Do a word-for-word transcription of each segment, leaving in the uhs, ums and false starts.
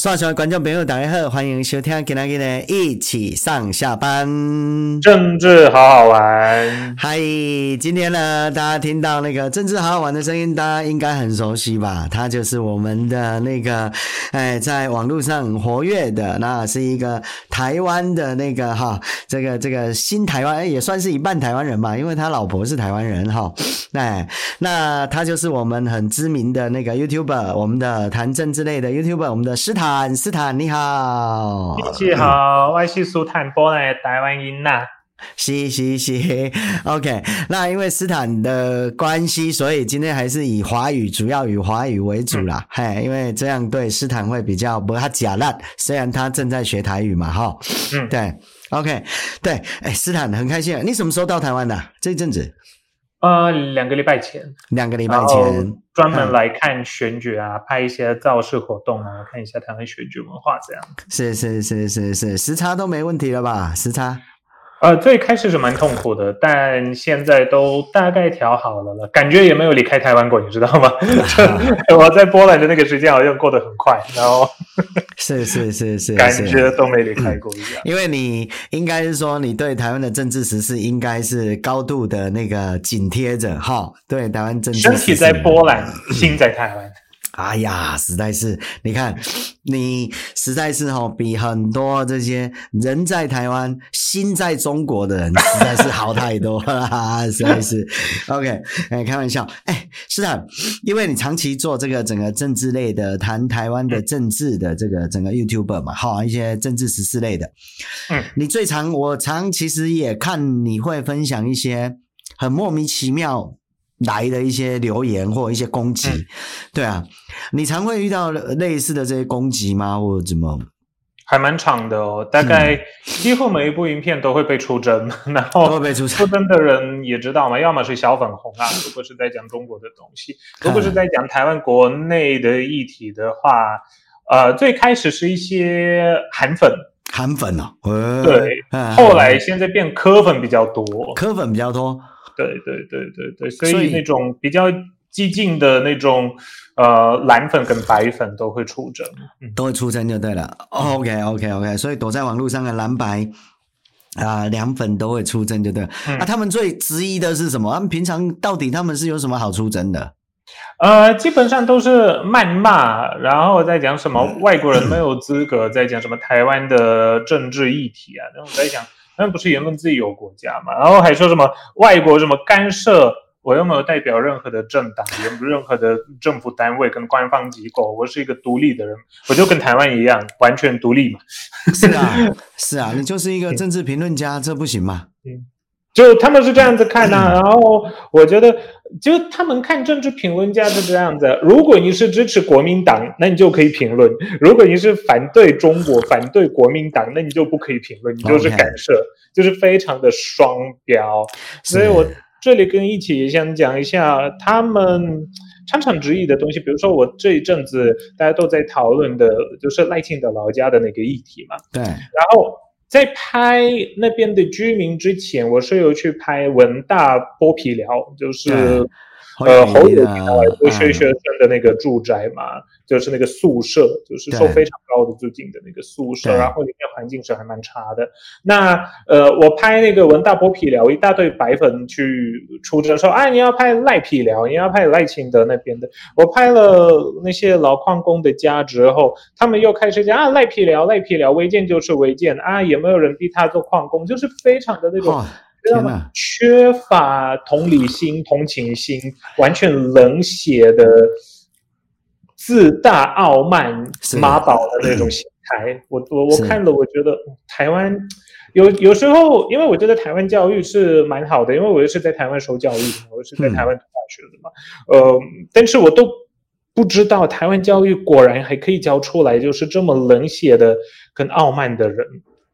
线上的观众朋友大家好，欢迎收听今天的一起上下班， 政治好好玩。 嗨，今天呢，大家听到那个政治好好玩的声音，大家应该很熟悉吧？他就是我们的那个，哎，在网络上很活跃的，那是一个台湾的那个哈，这个这个新台湾，也算是一半台湾人吧，因为他老婆是台湾人哈。哎，那他就是我们很知名的那个 YouTuber， 我们的谈政治类的 YouTuber， 我们的斯坦，斯坦你好， 一起好，我是斯坦，波来台湾音呐。 是是是 ，OK。那因为斯坦的关系，所以今天还是以华语，主要以华语为主啦。嗯、嘿，因为这样对斯坦会比较不他假烂，虽然他正在学台语嘛，哈。嗯，对 ，OK， 对，哎，斯坦很开心。你什么时候到台湾的、啊？这一阵子？ 呃，两个礼拜前。 两个礼拜前， 专门来看选举啊，嗯、拍一些造势活动啊，看一下台湾选举文化这样。 是是是是是，时差都没问题了吧？时差？ 呃，最开始是蛮痛苦的，但现在都大概调好了了，感觉也没有离开台湾过，你知道吗？我在波兰的那个时间好像过得很快，然后是是是是， 感觉都没离开过一样。 因为你应该是说，你对台湾的政治时事应该是高度的那个紧贴着哈，对台湾政治时事。 身体在波兰，心在台湾。 哎呀，实在是，你看，你实在是齁，比很多这些人在台湾、心在中国的人，实在是好太多了，实在是。OK， 哎，开玩笑，哎，斯坦，因为你长期做这个整个政治类的，谈台湾的政治的这个整个 YouTuber 嘛，哈，一些政治时事类的，嗯，你最常，我常其实也看你会分享一些很莫名其妙来的一些留言或一些攻击、嗯、对啊，你常会遇到类似的这些攻击吗？或者怎么？ 还蛮长的哦，大概几乎每一部影片都会被出征、嗯、然后都会被出征。 出征的人也知道嘛，要么是小粉红啊，如果是在讲中国的东西，如果是在讲台湾国内的议题的话，呃，最开始是一些韩粉韩粉哦， 对、嗯、后来现在变柯粉比较多， 柯粉比较多， 对对对对对，所以那种比较激进的那种呃蓝粉跟白粉都会出征、 嗯、都会出征就对了、哦、OK OK OK， 所以躲在网络上的蓝白啊、呃、两粉都会出征就对了、嗯、啊，他们最质疑的是什么？他们平常到底他们是有什么好出征的？ 呃，基本上都是谩骂，然后再讲什么外国人没有资格，再讲什么台湾的政治议题啊，然后再讲他们不是言论自由国家嘛，然后还说什么外国什么干涉，我又没有代表任何的政党，也没有任何的政府单位跟官方机构，我是一个独立的人，我就跟台湾一样完全独立嘛。 是啊是啊，你就是一个政治评论家，这不行吗？ 嗯，就他们是这样子看啊，然后我觉得就他们看政治评论家是这样子，如果你是支持国民党，那你就可以评论；如果你是反对中国、反对国民党，那你就不可以评论，你就是干涉， okay. 就是非常的双标。所以我这里跟一起也想讲一下他们常常质疑的东西，比如说我这一阵子大家都在讨论的就是赖清德老家的那个议题嘛， 对， 然后在拍那边的居民之前，我是有去拍文大剥皮寮，就是呃侯友宜留学学生的那个住宅嘛，就是那个宿舍，就是收非常高的租金的那个宿舍，然后里面环境是还蛮差的。那呃，我拍那个文大剥皮寮，一大堆白粉去出征说，哎，你要拍赖皮寮，你要拍赖清德那边的。我拍了那些老矿工的家之后，他们又开始讲啊，赖皮寮，赖皮寮，违建就是违建啊，也没有人逼他做矿工，就是非常的那种。哦， 天哪， 缺乏同理心、同情心，完全冷血的自大傲慢妈宝的那种心态。我我我看了，我觉得台湾有有时候，因为我觉得台湾教育是蛮好的，因为我也是在台湾受教育的，我是在台湾读大学的嘛，嗯、呃，但是我都不知道台湾教育果然还可以教出来就是这么冷血的跟傲慢的人。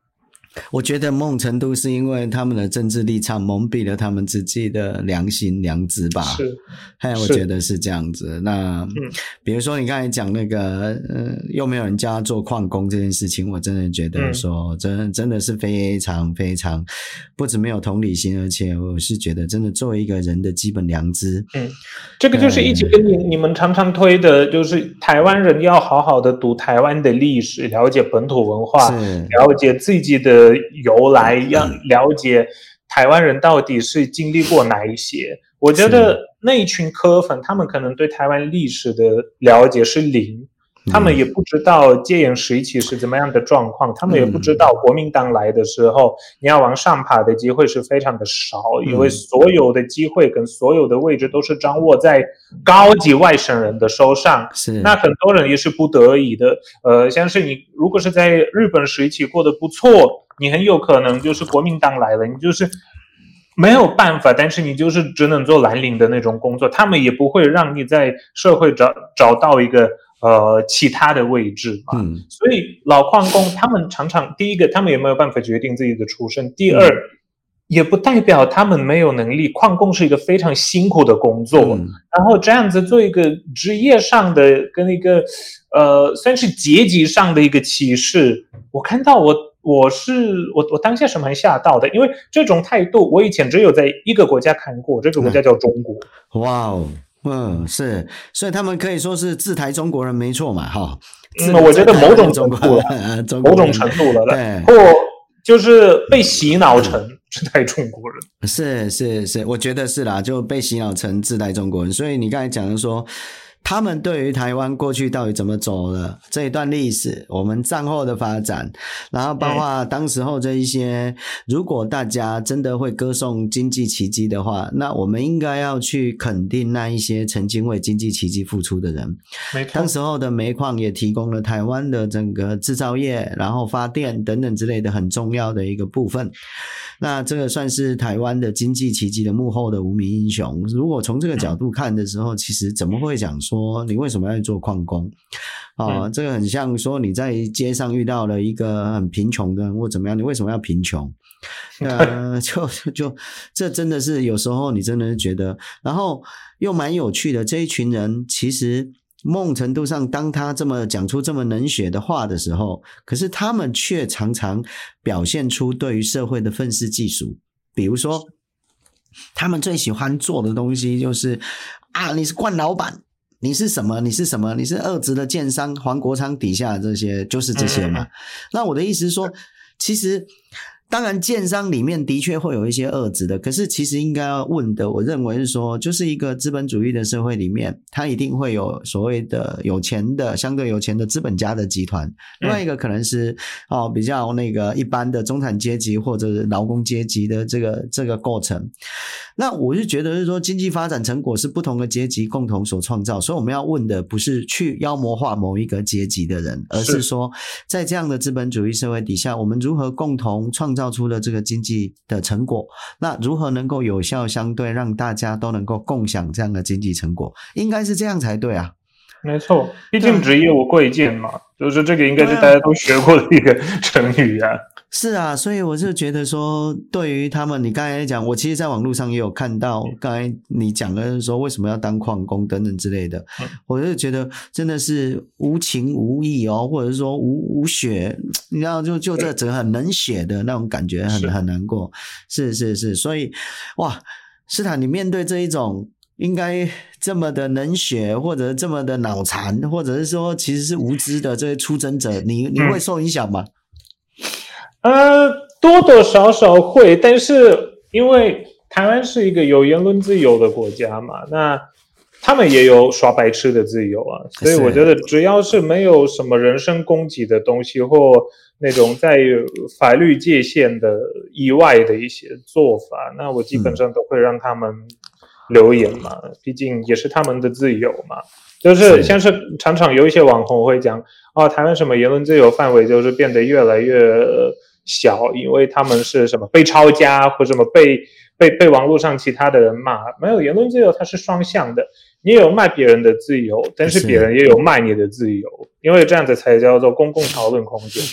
我觉得某种程度是因为他们的政治立场蒙蔽了他们自己的良心良知吧。 是， 嘿，我觉得是这样子。那、 嗯、 比如说你刚才讲那个呃，又没有人叫他做矿工这件事情，我真的觉得说、嗯、真真的是非常非常不止没有同理心，而且我是觉得真的作为一个人的基本良知。 嗯，这个就是一直跟你、呃、你们常常推的，就是台湾人要好好的读台湾的历史，了解本土文化，了解自己的由来，要了解台湾人到底是经历过哪一些。我觉得那一群科粉，他们可能对台湾历史的了解是零，他们也不知道戒严时期是怎么样的状况，他们也不知道国民党来的时候，你要往上爬的机会是非常的少，因为所有的机会跟所有的位置都是掌握在高级外省人的手上。 是， 那很多人也是不得已的，呃，像是你如果是在日本时期过得不错，你很有可能就是国民党来了，你就是没有办法，但是你就是只能做蓝领的那种工作，他们也不会让你在社会找找到一个呃其他的位置嘛。嗯，所以老矿工他们常常，第一个他们也没有办法决定自己的出身，第二、嗯、也不代表他们没有能力。矿工是一个非常辛苦的工作、嗯、然后这样子做一个职业上的跟一个呃算是阶级上的一个歧视，我看到我我是我我当下是蛮吓到的，因为这种态度我以前只有在一个国家看过，这个国家叫中国。 嗯、哇哦，嗯，是，所以他们可以说是自台中国人没错嘛，哈。 嗯，我觉得某种程度了，某种程度了，对，或就是被洗脑成自台中国人。 是是是，我觉得是啦，就被洗脑成自台中国人。所以你刚才讲的说，他们对于台湾过去到底怎么走了这一段历史，我们战后的发展，然后包括当时候这一些，如果大家真的会歌颂经济奇迹的话，那我们应该要去肯定那一些曾经为经济奇迹付出的人。 没错， 当时候的煤矿也提供了台湾的整个制造业，然后发电等等之类的很重要的一个部分。那这个算是台湾的经济奇迹的幕后的无名英雄。如果从这个角度看的时候，其实怎么会讲说你为什么要做矿工啊、嗯？这个很像说你在街上遇到了一个很贫穷的人或怎么样，你为什么要贫穷？呃，就就这真的是有时候你真的是觉得，然后又蛮有趣的，这一群人其实某种程度上，当他这么讲出这么冷血的话的时候，可是他们却常常表现出对于社会的愤世嫉俗。比如说他们最喜欢做的东西就是啊，你是惯老板，你是什么你是什么你是二职的建商，黄国昌底下这些就是这些嘛。那我的意思是说，其实当然建商里面的确会有一些恶质的，可是其实应该要问的，我认为是说，就是一个资本主义的社会里面，它一定会有所谓的有钱的相对有钱的资本家的集团，另外一个可能是哦比较那个一般的中产阶级或者是劳工阶级的这个这个构成。那我就觉得是说，经济发展成果是不同的阶级共同所创造，所以我们要问的不是去妖魔化某一个阶级的人，而是说在这样的资本主义社会底下，我们如何共同创造出了这个经济的成果，那如何能够有效相对让大家都能够共享这样的经济成果，应该是这样才对啊。 没错，毕竟职业无贵贱嘛，就是这个应该是大家都学过的一个成语啊。 是啊，所以我就觉得说，对于他们，你刚才讲，我其实在网络上也有看到，刚才你讲的说为什么要当矿工等等之类的，嗯、我就觉得真的是无情无义哦，或者是说无无血，你知道，就就这整个很冷血的那种感觉很，很很难过。是是是，所以哇，斯坦，你面对这一种应该这么的冷血，或者这么的脑残，或者是说其实是无知的这些出征者，你你会受影响吗？ 呃，多多少少会，但是因为台湾是一个有言论自由的国家嘛，那他们也有耍白痴的自由啊，所以我觉得只要是没有什么人身攻击的东西，或那种在法律界限的以外的一些做法，那我基本上都会让他们留言嘛，嗯、毕竟也是他们的自由嘛。就是像是常常有一些网红会讲，哦，台湾什么言论自由范围就是变得越来越小，因为他们是什么被抄家或什么被被被网络上其他的人骂。没有，言论自由它是双向的，你有卖别人的自由，但是别人也有卖你的自由，因为这样子才叫做公共讨论空间嘛。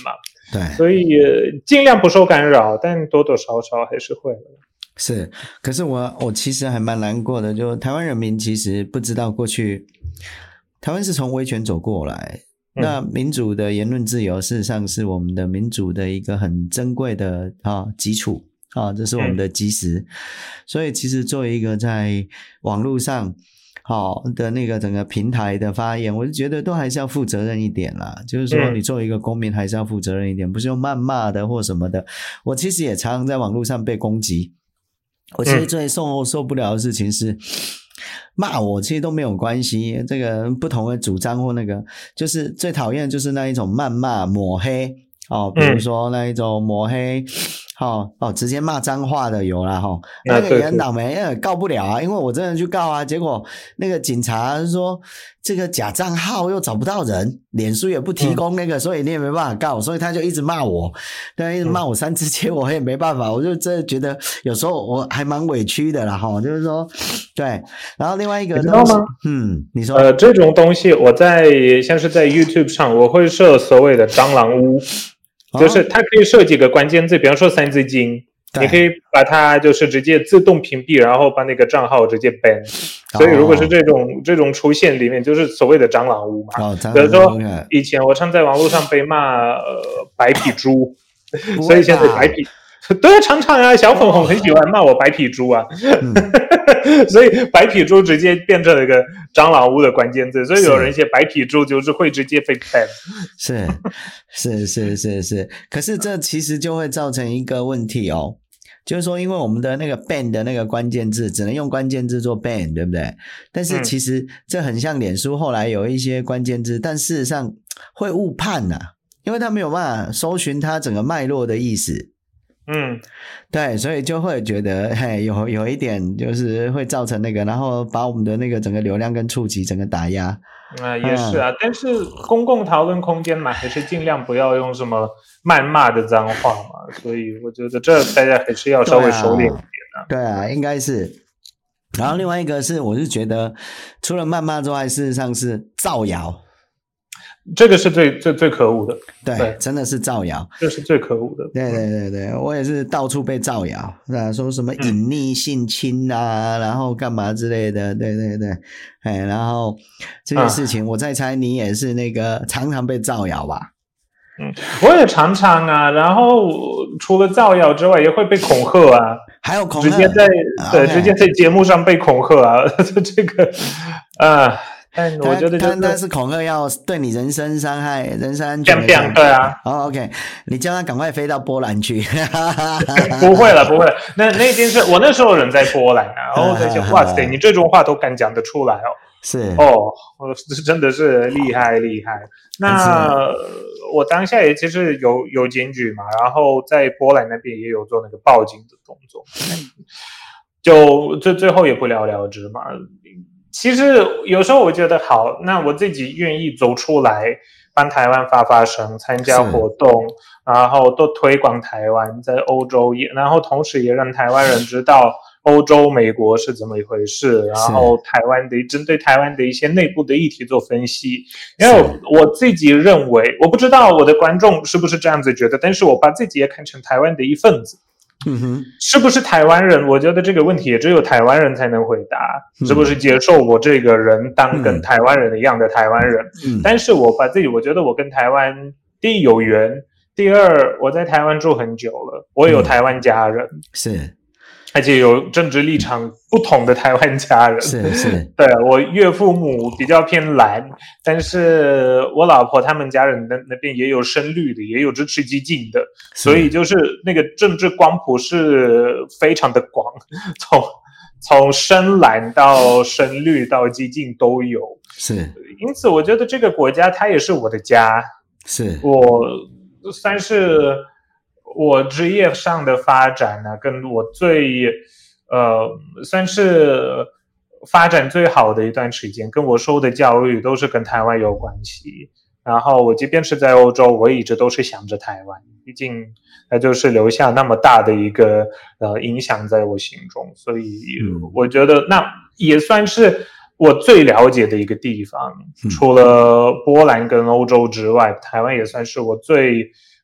对， 所以尽量不受干扰，但多多少少还是会的。 是，可是我我其实还蛮难过的，就台湾人民其实不知道过去台湾是从威权走过来。那民主的言论自由，事实上是我们的民主的一个很珍贵的啊基础啊，这是我们的基石。所以其实作为一个在网络上好的那个整个平台的发言，我就觉得都还是要负责任一点啦。就是说，你作为一个公民，还是要负责任一点，不是用谩骂的或什么的。我其实也常常在网络上被攻击，我其实最受受不了的事情是。骂我其实都没有关系，这个不同的主张或那个，就是最讨厌就是那一种谩骂抹黑哦，比如说那一种抹黑，哦哦，直接骂脏话的有啦哈、哦，那个也很倒霉，告不了啊，因为我真的去告啊，结果那个警察说这个假账号又找不到人，脸书也不提供那个，嗯、所以你也没办法告，所以他就一直骂我，对，一直骂我三字经，我也没办法，我就真的觉得有时候我还蛮委屈的啦哈，就是说，对，然后另外一个你知道吗？ 嗯，你说， 呃，这种东西我在像是在 YouTube 上，我会设所谓的蟑螂屋。就是它可以设几个关键字，比方说三字经，你可以把它就是直接自动屏蔽，然后把那个账号直接 ban。所以如果是这种、哦、这种出现里面，就是所谓的蟑螂屋嘛。 哦， 比如说以前我常在网络上被骂呃白皮猪，所以现在白皮。对，常常啊，小粉红很喜欢骂我白皮猪啊，嗯、所以白皮猪直接变成了一个蟑螂屋的关键字，所以有人写白皮猪就是会直接被 ban。 是是是是是，可是这其实就会造成一个问题哦，就是说因为我们的那个 ban 的那个关键字只能用关键字做 ban， 对不对？但是其实这很像脸书后来有一些关键字，但事实上会误判啊，因为他没有办法搜寻它整个脉络的意思。 嗯， 对，所以就会觉得嘿，有有一点就是会造成那个，然后把我们的那个整个流量跟触及整个打压。 啊、呃，也是啊、嗯，但是公共讨论空间嘛，还是尽量不要用什么谩骂的脏话嘛，所以我觉得这大家还是要稍微收敛一点啊。 对啊，应该是。然后另外一个是，我是觉得除了谩骂之外，事实上是造谣。 这个是最最最可恶的， 对，对，真的是造谣， 这是最可恶的。 对对对对，我也是到处被造谣，啊，说什么隐匿性侵啊，嗯、然后干嘛之类的，对对对，哎，然后这些事情，我在猜你也是那个常常被造谣吧？ 嗯，我也常常啊，然后除了造谣之外，也会被恐吓啊， 还有恐吓， 直接在对、 okay. 直接在节目上被恐吓啊，这个啊。但我觉得、就是、 他他是恐吓要对你人身伤害、人身安全的。 这样对啊。 哦 ，OK， 你叫他赶快飞到波兰去。 不会了，不会了。那那件事，我那时候人在波兰啊，然后我在想，哇塞，你这种话都敢讲得出来哦。 是哦，真的是厉害厉害。那我当下也其实有有检举嘛，然后在波兰那边也有做那个报警的动作，就最最后也不了了之嘛。其实有时候我觉得好，那我自己愿意走出来帮台湾发发声，参加活动，然后都推广台湾在欧洲也，然后同时也让台湾人知道欧洲美国是怎么一回事，然后台湾的针对台湾的一些内部的议题做分析。因为我自己认为，我不知道我的观众是不是这样子觉得，但是我把自己也看成台湾的一份子。 嗯哼， 是不是台湾人？我觉得这个问题也只有台湾人才能回答。嗯、是不是接受我这个人当跟台湾人一样的台湾人？嗯，但是我把自己，我觉得我跟台湾第一有缘，第二我在台湾住很久了，我有台湾家人， 嗯、是， 而且有政治立场不同的台湾家人， 是是， 对，我岳父母比较偏蓝，但是我老婆他们家人的那边也有深绿的，也有支持激进的，所以就是那个政治光谱是非常的广，从从深蓝到深绿到激进都有， 是， 因此我觉得这个国家它也是我的家， 是我算是我职业上的发展呢、啊，跟我最呃算是发展最好的一段时间，跟我受的教育都是跟台湾有关系。然后我即便是在欧洲，我一直都是想着台湾，毕竟它就是留下那么大的一个呃影响在我心中，所以我觉得那也算是我最了解的一个地方。嗯、除了波兰跟欧洲之外，台湾也算是我最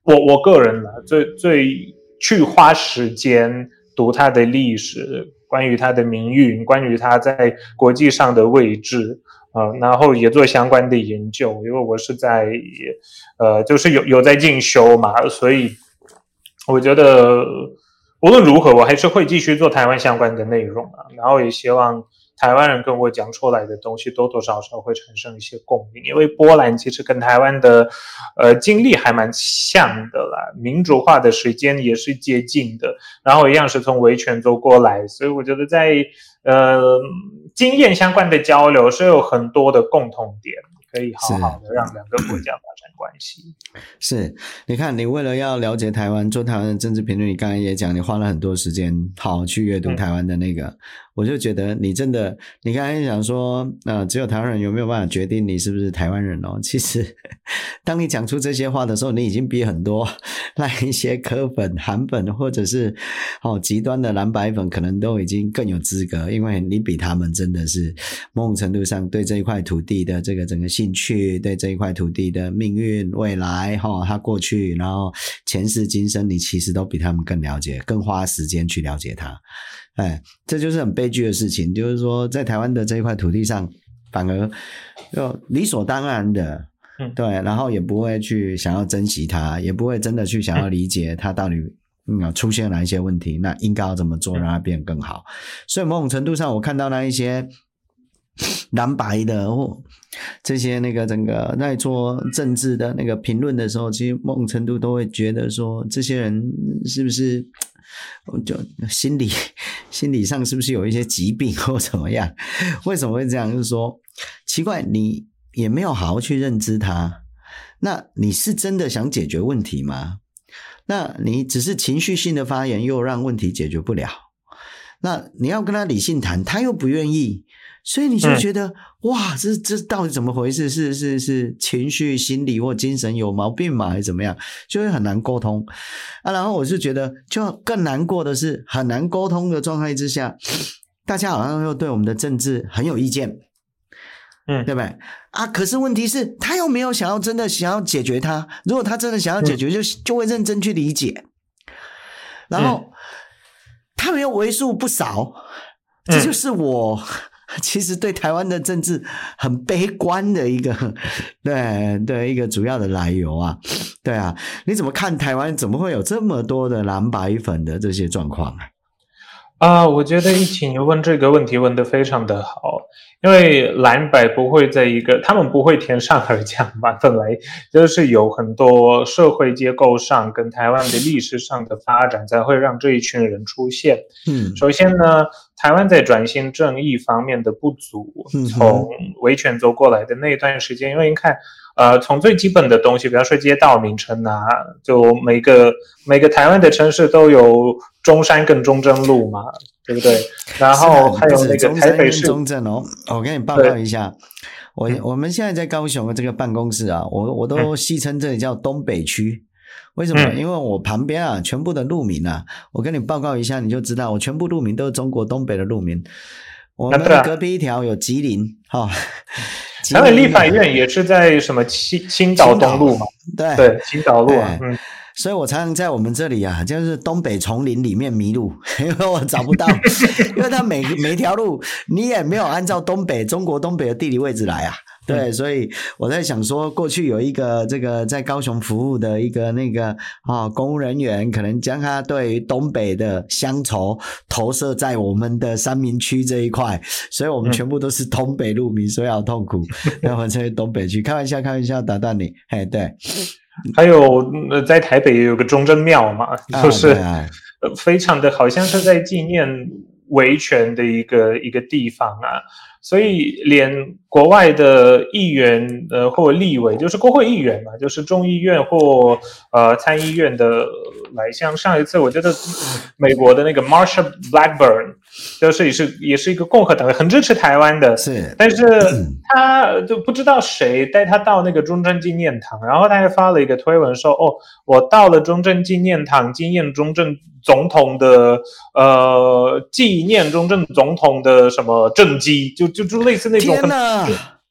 我我个人呢，最最去花时间读他的历史，关于他的名誉，关于他在国际上的位置。呃，然后也做相关的研究，因为我是在，呃，就是有有在进修嘛，所以我觉得无论如何，我还是会继续做台湾相关的内容啊，然后也希望台湾人跟我讲出来的东西多多少少会产生一些共鸣，因为波兰其实跟台湾的呃经历还蛮像的啦，民主化的时间也是接近的，然后一样是从维权走过来，所以我觉得在呃经验相关的交流是有很多的共同点，可以好好的让两个国家发展关系。 是，你看，你为了要了解台湾，做台湾的政治评论，你刚才也讲，你花了很多时间，好去阅读台湾的那个，嗯、我就觉得你真的，你刚才讲说，呃，只有台湾人有没有办法决定你是不是台湾人哦？其实，当你讲出这些话的时候，你已经比很多那一些柯粉、韩粉或者是哦极端的蓝白粉，可能都已经更有资格，因为你比他们真的是某种程度上对这一块土地的这个整个兴趣，对这一块土地的命运、未来，哈、哦，他过去，然后前世今生，你其实都比他们更了解，更花时间去了解他。哎，这就是很悲剧的事情，就是说在台湾的这一块土地上，反而就理所当然的。嗯，对，然后也不会去想要珍惜它，也不会真的去想要理解它到底嗯出现哪一些问题，那应该要怎么做让它变得更好。所以某种程度上，我看到那一些蓝白的或这些那个整个在做政治的那个评论的时候，其实某种程度都会觉得说，这些人是不是就心理心理上是不是有一些疾病或怎么样？为什么会这样？就是说，奇怪，你也没有好好去认知它，那你是真的想解决问题吗？那你只是情绪性的发言，又让问题解决不了。那你要跟他理性谈，他又不愿意，所以你就觉得、嗯、哇，这这到底怎么回事？是是是情绪、心理或精神有毛病吗？还是怎么样？就会很难沟通啊。然后我就觉得，就更难过的是，很难沟通的状态之下，大家好像又对我们的政治很有意见。嗯，对不对啊？可是问题是，他又没有想要真的想要解决它。如果他真的想要解决，嗯、就就会认真去理解。然后、嗯、他没有为数不少，这就是我、嗯、其实对台湾的政治很悲观的一个，对对一个主要的来由啊。对啊，你怎么看台湾？怎么会有这么多的蓝白粉的这些状况啊？ 啊，我觉得一起你问这个问题问得非常的好，因为蓝白不会在一个，他们不会天上而降吧，本来就是有很多社会结构上跟台湾的历史上的发展才会让这一群人出现。嗯，首先呢，台湾在转型正义方面的不足，从维权走过来的那一段时间，因为你看呃，从最基本的东西，比方说街道名称啊，就每个每个台湾的城市都有中山跟中正路嘛，对不对？然后还有那个台北市中正哦，我跟你报告一下，我我们现在在高雄的这个办公室啊，我我都戏称这里叫东北区。为什么？嗯、因为我旁边啊，全部的路名啊，我跟你报告一下，你就知道，我全部路名都是中国东北的路名。我们隔壁一条有吉林，哈、哦。 台北立法院也是在什么青青岛东路嘛？ 对对，青岛路啊。嗯， 所以我常常在我们这里啊，就是东北丛林里面迷路，因为我找不到，因为它每每条路你也没有按照东北中国东北的地理位置来啊。对，嗯、所以我在想说，过去有一个这个在高雄服务的一个那个啊、哦、公务人员，可能将他对于东北的乡愁投射在我们的三民区这一块，所以我们全部都是东北路民，所以好痛苦。然后这东北区，开玩笑，开玩笑，打断你，嘿，对。 还有在台北也有个中正庙嘛，就是、啊啊、非常的好像是在纪念维权的一个一个地方啊。所以连国外的议员呃或立委，就是国会议员嘛，就是众议院或呃参议院的来，像上一次我觉得美国的那个 Marsha Blackburn 就是也是也是一个共和党很支持台湾的， 是， 但是他就不知道谁带他到那个中正纪念堂，然后他还发了一个推文说，哦，我到了中正纪念堂纪念中正总统的呃纪念中正总统的什么政绩，就就就类似那种天哪，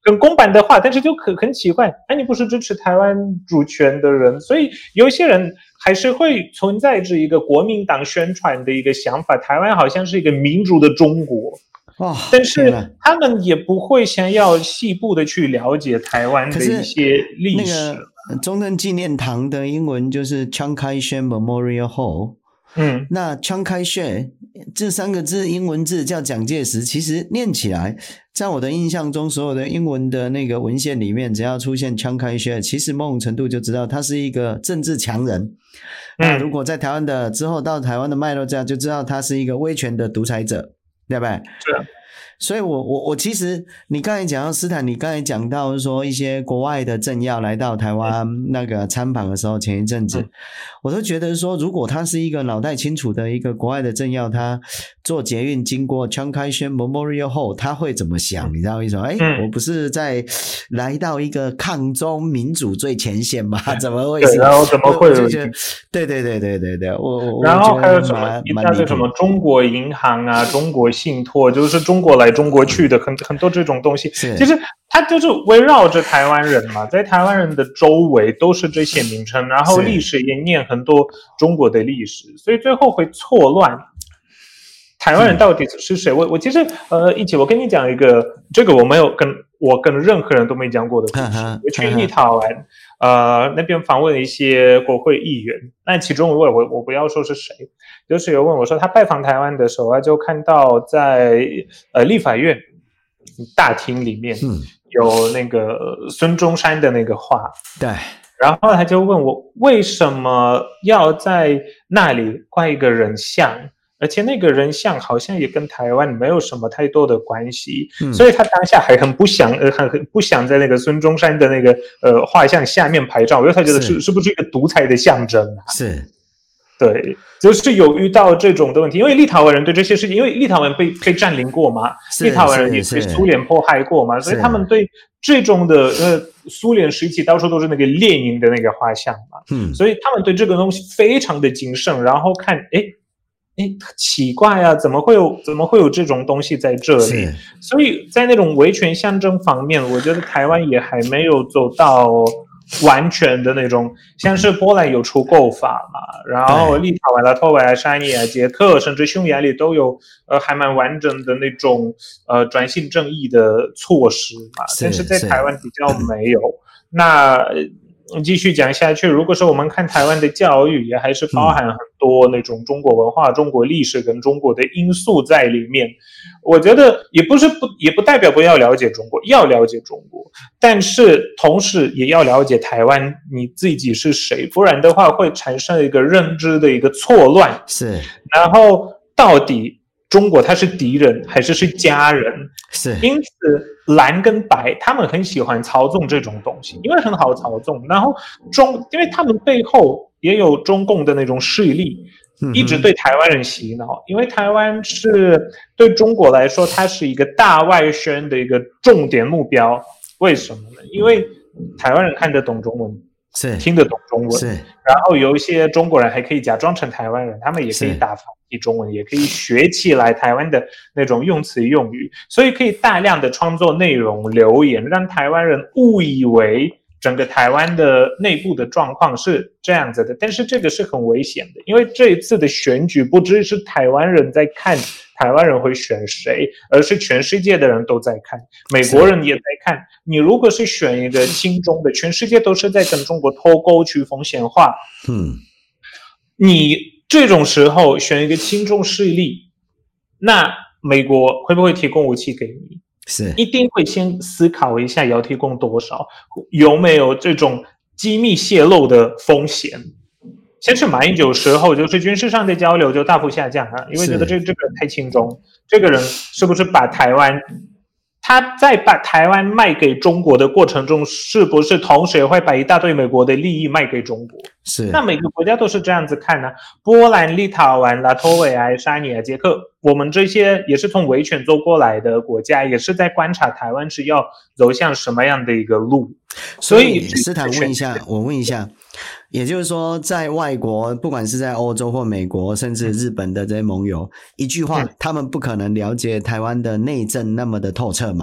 很公版的话，但是就很很奇怪，哎，你不是支持台湾主权的人，所以有一些人还是会存在着一个国民党宣传的一个想法，台湾好像是一个民主的中国。 哦， 但是他们也不会想要细部的去了解台湾的一些历史。 那个中正纪念堂的英文就是 Chiang Kai-shek Memorial Hall。嗯，那 Chiang Kai-shek 这三个字英文字叫蒋介石，其实念起来，在我的印象中，所有的英文的那个文献里面，只要出现 Chiang Kai-shek， 其实某种程度就知道他是一个政治强人。嗯、那如果在台湾的之后到台湾的脉络这样，就知道他是一个威权的独裁者。对不对？ 是啊， 所以我我我其实你刚才讲到斯坦，你刚才讲到说一些国外的政要来到台湾那个参访的时候，前一阵子、嗯、我都觉得说，如果他是一个脑袋清楚的一个国外的政要，他坐捷运经过 Chiang Kai-shek Memorial Hall， 他会怎么想？你知道为什么？哎、嗯，我不是在来到一个抗中民主最前线吗？怎么会是？ 然后怎么会有？ 对对对对对对，我我然后还有什么？那个什么中国银行啊，中国信托，就是中国来中国去的很很多这种东西。其实它就是围绕着台湾人嘛，在台湾人的周围都是这些名称，然后历史也念很多中国的历史，所以最后会错乱。台湾人到底是谁？我我其实呃，一起我跟你讲一个，这个我没有跟我跟任何人都没讲过的故事。我去立陶宛，呃，那边访问了一些国会议员，那其中我我我不要说是谁，就是有问我说他拜访台湾的时候，他就看到在呃立法院大厅里面有那个孙中山的那个画， 对。 然后他就问我为什么要在那里挂一个人像。而且那个人像好像也跟台湾没有什么太多的关系、嗯、所以他当下还很不想呃很很不想在那个孙中山的那个呃画像下面拍照，因为他觉得是是不是一个独裁的象征啊？ 是， 对，就是有遇到这种的问题，因为立陶宛人对这些事情，因为立陶宛被被占领过嘛，立陶宛人也被苏联迫害过嘛，所以他们对这种的呃苏联时期到处都是那个列宁的那个画像嘛，嗯，所以他们对这个东西非常的谨慎，然后看诶诶，奇怪啊，怎么会有怎么会有这种东西在这里？所以在那种维权象征方面，我觉得台湾也还没有走到完全的那种，像是波兰有除垢法嘛，然后立陶宛、拉脱维亚、沙尼亚、捷克，甚至匈牙利都有呃还蛮完整的那种呃转型正义的措施嘛，但是在台湾比较没有。那继续讲下去，如果说我们看台湾的教育，也还是包含很多那种中国文化、中国历史跟中国的因素在里面。我觉得也不是不也不代表不要了解中国，要了解中国，但是同时也要了解台湾你自己是谁，不然的话会产生一个认知的一个错乱。 是， 然后到底中国它是敌人还是是家人？ 是， 因此蓝跟白他们很喜欢操纵这种东西，因为很好操纵。然后中，因为他们背后也有中共的那种势力，一直对台湾人洗脑。因为台湾是对中国来说，它是一个大外宣的一个重点目标。为什么呢？因为台湾人看得懂中文， 是听得懂中文， 是。 然后有一些中国人还可以假装成台湾人，他们也可以打繁体中文，也可以学起来台湾的那种用词用语，所以可以大量的创作内容留言，让台湾人误以为整个台湾的内部的状况是这样子的。但是这个是很危险的，因为这一次的选举不只是台湾人在看台湾人会选谁，而是全世界的人都在看，美国人也在看。你如果是选一个亲中的，全世界都是在跟中国脱钩去风险化， 嗯， 你这种时候选一个亲中势力，那美国会不会提供武器给你？ 是， 一定会先思考一下要提供多少，有没有这种机密泄露的风险。先是马英九时候，就是军事上的交流就大幅下降啊，因为觉得这这个人太亲中，这个人是不是把台湾，他在把台湾卖给中国的过程中，是不是同时也会把一大堆美国的利益卖给中国？ 是， 那每个国家都是这样子看呢、啊。波兰、立陶宛、拉脱维亚、沙尼亚、捷克，我们这些也是从维权走过来的国家，也是在观察台湾是要走向什么样的一个路。 所以斯坦问一下，我问一下，也就是说，在外国，不管是在欧洲或美国，甚至日本的这些盟友，一句话，他们不可能了解台湾的内政那么的透彻嘛？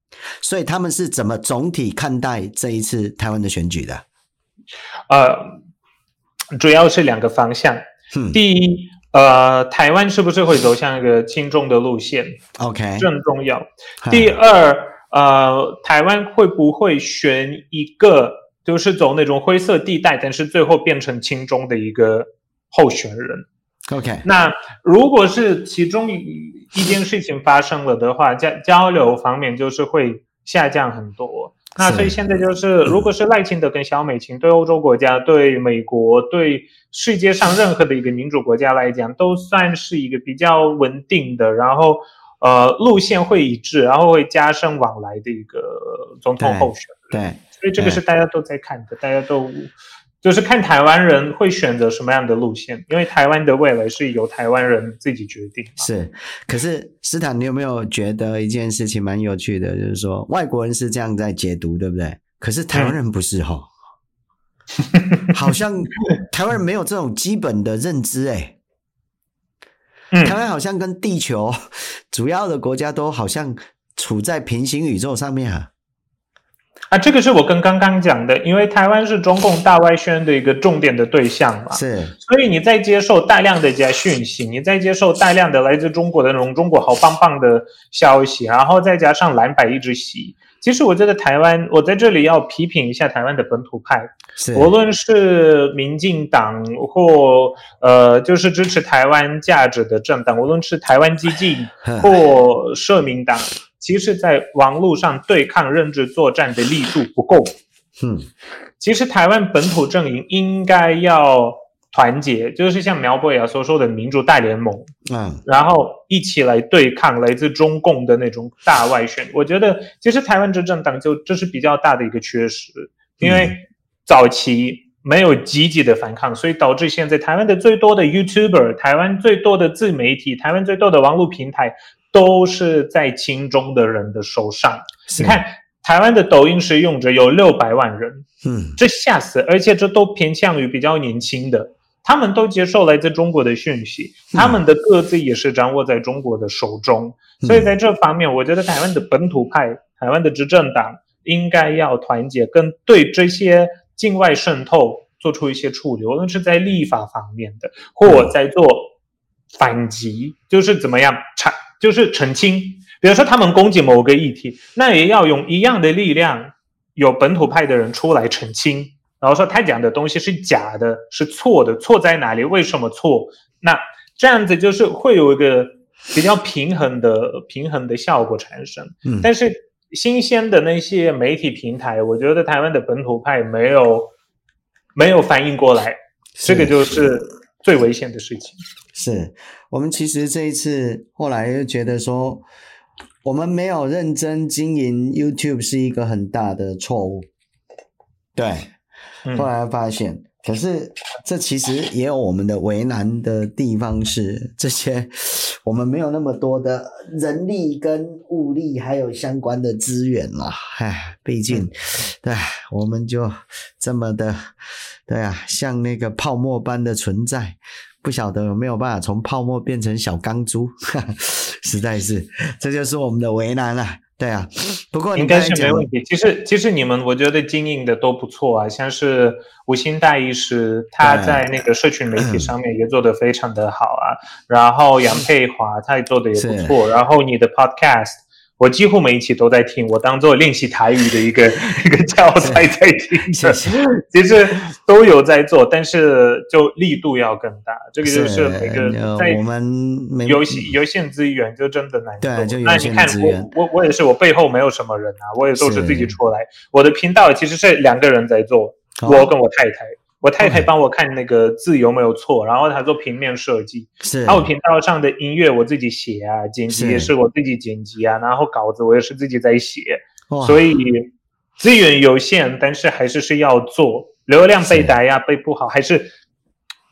所以他们是怎么总体看待这一次台湾的选举的？ 呃，主要是两个方向。 嗯、 第一，呃，台湾是不是会走向一个亲中的路线 ？OK， 这很重要。第二，呃，台湾会不会选一个就是走那种灰色地带，但是最后变成亲中的一个候选人？ OK， 那如果是其中一件事情发生了的话，交交流方面就是会下降很多。那所以现在就是，如果是赖清德跟萧美琴对欧洲国家、对美国、对世界上任何的一个民主国家来讲，都算是一个比较稳定的，然后呃路线会一致，然后会加深往来的一个总统候选人。 对， 所以这个是大家都在看的，大家都就是看台湾人会选择什么样的路线，因为台湾的未来是由台湾人自己决定。 是，可是斯坦，你有没有觉得一件事情蛮有趣的，就是说外国人是这样在解读，对不对？可是台湾人不是齁、嗯、好像台湾人没有这种基本的认知诶、嗯、台湾好像跟地球主要的国家都好像处在平行宇宙上面啊。 啊，这个是我跟刚刚讲的，因为台湾是中共大外宣的一个重点的对象嘛， 是， 所以你在接受大量的假讯息，你在接受大量的来自中国的那种中国好棒棒的消息，然后再加上蓝白一直洗。其实我觉得台湾，我在这里要批评一下台湾的本土派，无论是民进党或呃，就是支持台湾价值的政党，无论是台湾基进或社民党。其实在网络上对抗认知作战的力度不够。 嗯， 其实台湾本土阵营应该要团结，就是像苗博雅所说的民主大联盟， 嗯， 然后一起来对抗来自中共的那种大外宣。我觉得其实台湾执政党就这是比较大的一个缺失，因为早期没有积极的反抗，所以导致现在台湾的最多的 YouTuber， 台湾最多的自媒体，台湾最多的网络平台都是在亲中的人的手上。你看台湾的抖音使用者有六百万人， 嗯，这吓死，而且这都偏向于比较年轻的，他们都接受来自中国的讯息，他们的个资也是掌握在中国的手中，嗯，所以在这方面我觉得台湾的本土派，台湾的执政党应该要团结，跟对这些境外渗透做出一些处理，无论是在立法方面的，或在做反击，就是怎么样就是澄清，比如说他们攻击某个议题，那也要用一样的力量，有本土派的人出来澄清，然后说他讲的东西是假的，是错的，错在哪里，为什么错？那这样子就是会有一个比较平衡的平衡的效果产生。嗯，但是新鲜的那些媒体平台，我觉得台湾的本土派没有没有反应过来，这个就是最危险的事情。 是我们其实这一次后来又觉得说，我们没有认真经营 YouTube 是一个很大的错误。对，后来发现，嗯，可是这其实也有我们的为难的地方，是这些我们没有那么多的人力跟物力还有相关的资源啦。唉，毕竟，嗯，对，我们就这么的，对啊，像那个泡沫般的存在，不晓得有没有办法从泡沫变成小钢珠，实在是，这就是我们的为难啦。对啊，不过你应该是没问题。其实，其实你们我觉得经营的都不错啊，像是吴欣大医师，他在那个社群媒体上面也做得非常的好啊。然后杨佩华他也做得也不错。然后你的 podcast， 我几乎每一期都在听，我当做练习台语的一个一个教材在听的。其实都有在做，但是就力度要更大。这个就是每个在我们有有限资源就真的难做。 对，就有限资源。 那你看我我我也是，我背后没有什么人啊，我也都是自己出来。我的频道其实是两个人在做，哦，我跟我太太。我太太帮我看那个字有没有错，然后她做平面设计。是，然后我频道上的音乐我自己写啊，剪辑也是我自己剪辑啊，然后稿子我也是自己在写。所以资源有限，但是还是是要做。流量被打压被不好，还是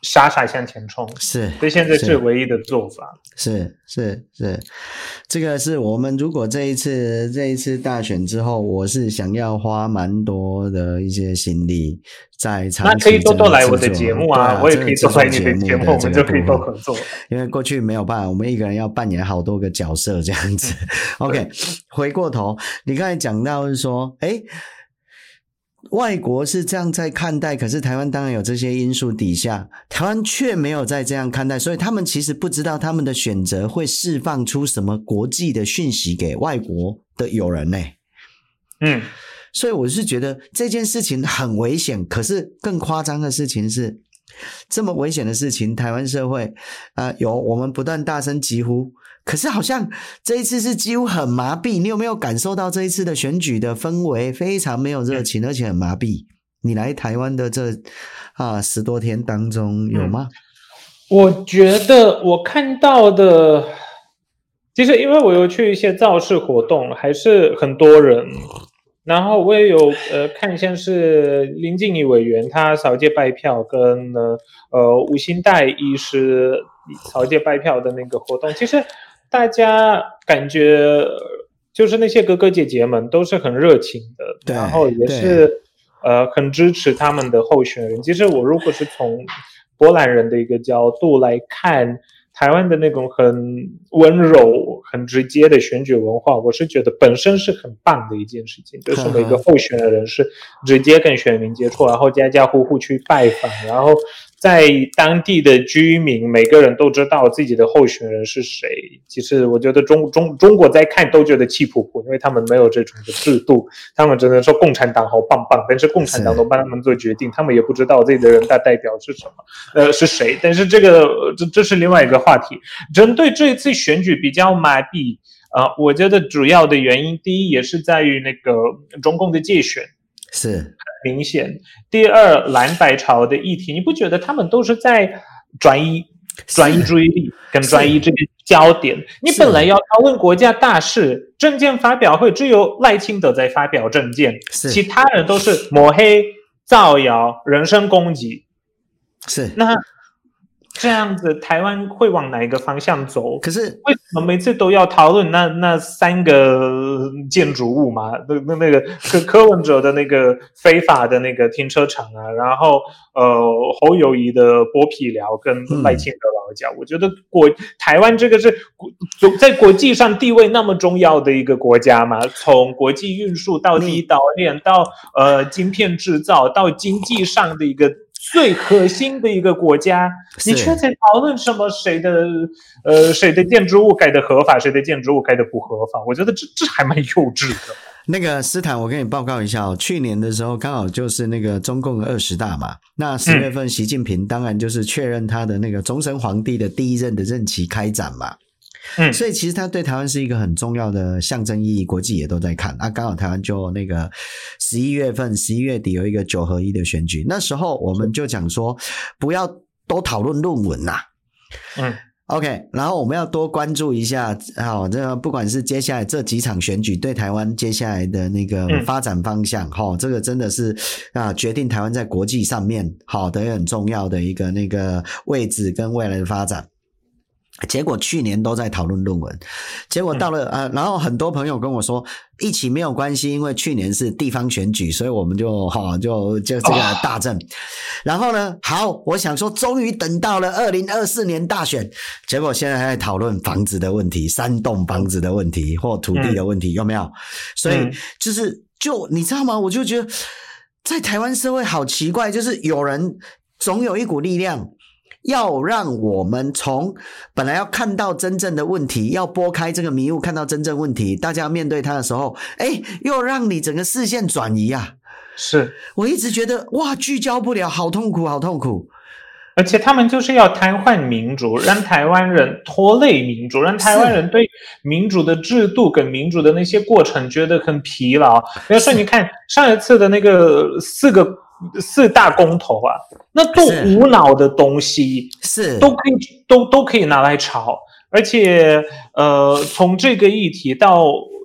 傻傻向前冲， 是， 所以现在是唯一的做法。 是是是，这个是我们如果这一次这一次大选之后，我是想要花蛮多的一些心力在长期。 那可以多多来我的节目啊， 啊我也可以多来你的节目，我们就可以多合作。 因为过去没有办法，我们一个人要扮演好多个角色这样子。OK， 回过头，你刚才讲到是说，诶外国是这样在看待，可是台湾当然有这些因素底下，台湾却没有在这样看待，所以他们其实不知道他们的选择会释放出什么国际的讯息给外国的友人呢、欸？ 嗯， 所以我是觉得这件事情很危险，可是更夸张的事情是，这么危险的事情，台湾社会呃有我们不断大声疾呼。可是好像这一次是几乎很麻痹，你有没有感受到这一次的选举的氛围非常没有热情，而且很麻痹？你来台湾的这啊十多天当中有吗？ 嗯、我觉得我看到的，其实因为我有去一些造势活动，还是很多人。然后我也有呃看像是林静怡委员他扫街拜票，跟呢呃吴欣岱医师扫街拜票的那个活动，其实大家感觉就是那些哥哥姐姐们都是很热情的，然后也是呃很支持他们的候选人。其实我如果是从波兰人的一个角度来看台湾的那种很温柔很直接的选举文化，我是觉得本身是很棒的一件事情，就是每个候选人是直接跟选民接触，然后家家户户去拜访，然后在当地的居民每个人都知道自己的候选人是谁。其实我觉得中中中国在看都觉得气噗噗，因为他们没有这种的制度，他们只能说共产党好棒棒，但是共产党都帮他们做决定，他们也不知道自己的人大代表是什么，呃是谁。但是这个这这是另外一个话题。针对这一次选举比较麻痹，呃，我觉得主要的原因，第一也是在于那个中共的界选。 是明显。第二，蓝白潮的议题，你不觉得他们都是在转移转移注意力跟转移这个焦点？你本来要讨论国家大事，政见发表会只有赖清德在发表政见，其他人都是抹黑、造谣、人身攻击。 是那这样子台湾会往哪一个方向走？ 可是为什么每次都要讨论那那三个建筑物嘛？那那那个柯柯文哲的那个非法的那个停车场啊，然后呃侯友宜的剥皮寮跟赖清德老家、嗯，我觉得国台湾这个是在国际上地位那么重要的一个国家嘛，从国际运输到第一岛链到呃晶片制造到经济上的一个最核心的一个国家，你却在讨论什么谁的呃谁的建筑物盖的合法，谁的建筑物盖的不合法？我觉得这这还蛮幼稚的。 那个斯坦，我跟你报告一下哦，去年的时候刚好就是那个中共二十大嘛，那十月份习近平当然就是确认他的那个终身皇帝的第一任的任期开展嘛。嗯，所以其实它对台湾是一个很重要的象征意义，国际也都在看啊。刚好台湾就那个十一月份十一月底有一个九合一的选举，那时候我们就讲说不要都讨论论文啦。嗯 OK， 然后我们要多关注一下好，这个不管是接下来这几场选举对台湾接下来的那个发展方向齁、嗯、这个真的是啊决定台湾在国际上面好的很重要的一个那个位置跟未来的发展。结果去年都在讨论论文，结果到了、嗯、呃，然后很多朋友跟我说一起没有关系，因为去年是地方选举，所以我们就齁就就这个大政、哦、然后呢好，我想说终于等到了二零二四年大选，结果现在还在讨论房子的问题，三栋房子的问题或土地的问题、嗯、有没有？所以就是就你知道吗，我就觉得在台湾社会好奇怪，就是有人总有一股力量要让我们从本来要看到真正的问题，要拨开这个迷雾看到真正问题，大家要面对它的时候，诶又让你整个视线转移啊。 是， 我一直觉得哇聚焦不了，好痛苦好痛苦。 而且他们就是要瘫痪民主，让台湾人拖累民主，让台湾人对民主的制度跟民主的那些过程觉得很疲劳。比如说你看上一次的那个四个四大公投啊，那都无脑的东西是都可以都都可以拿来炒，而且呃从这个议题到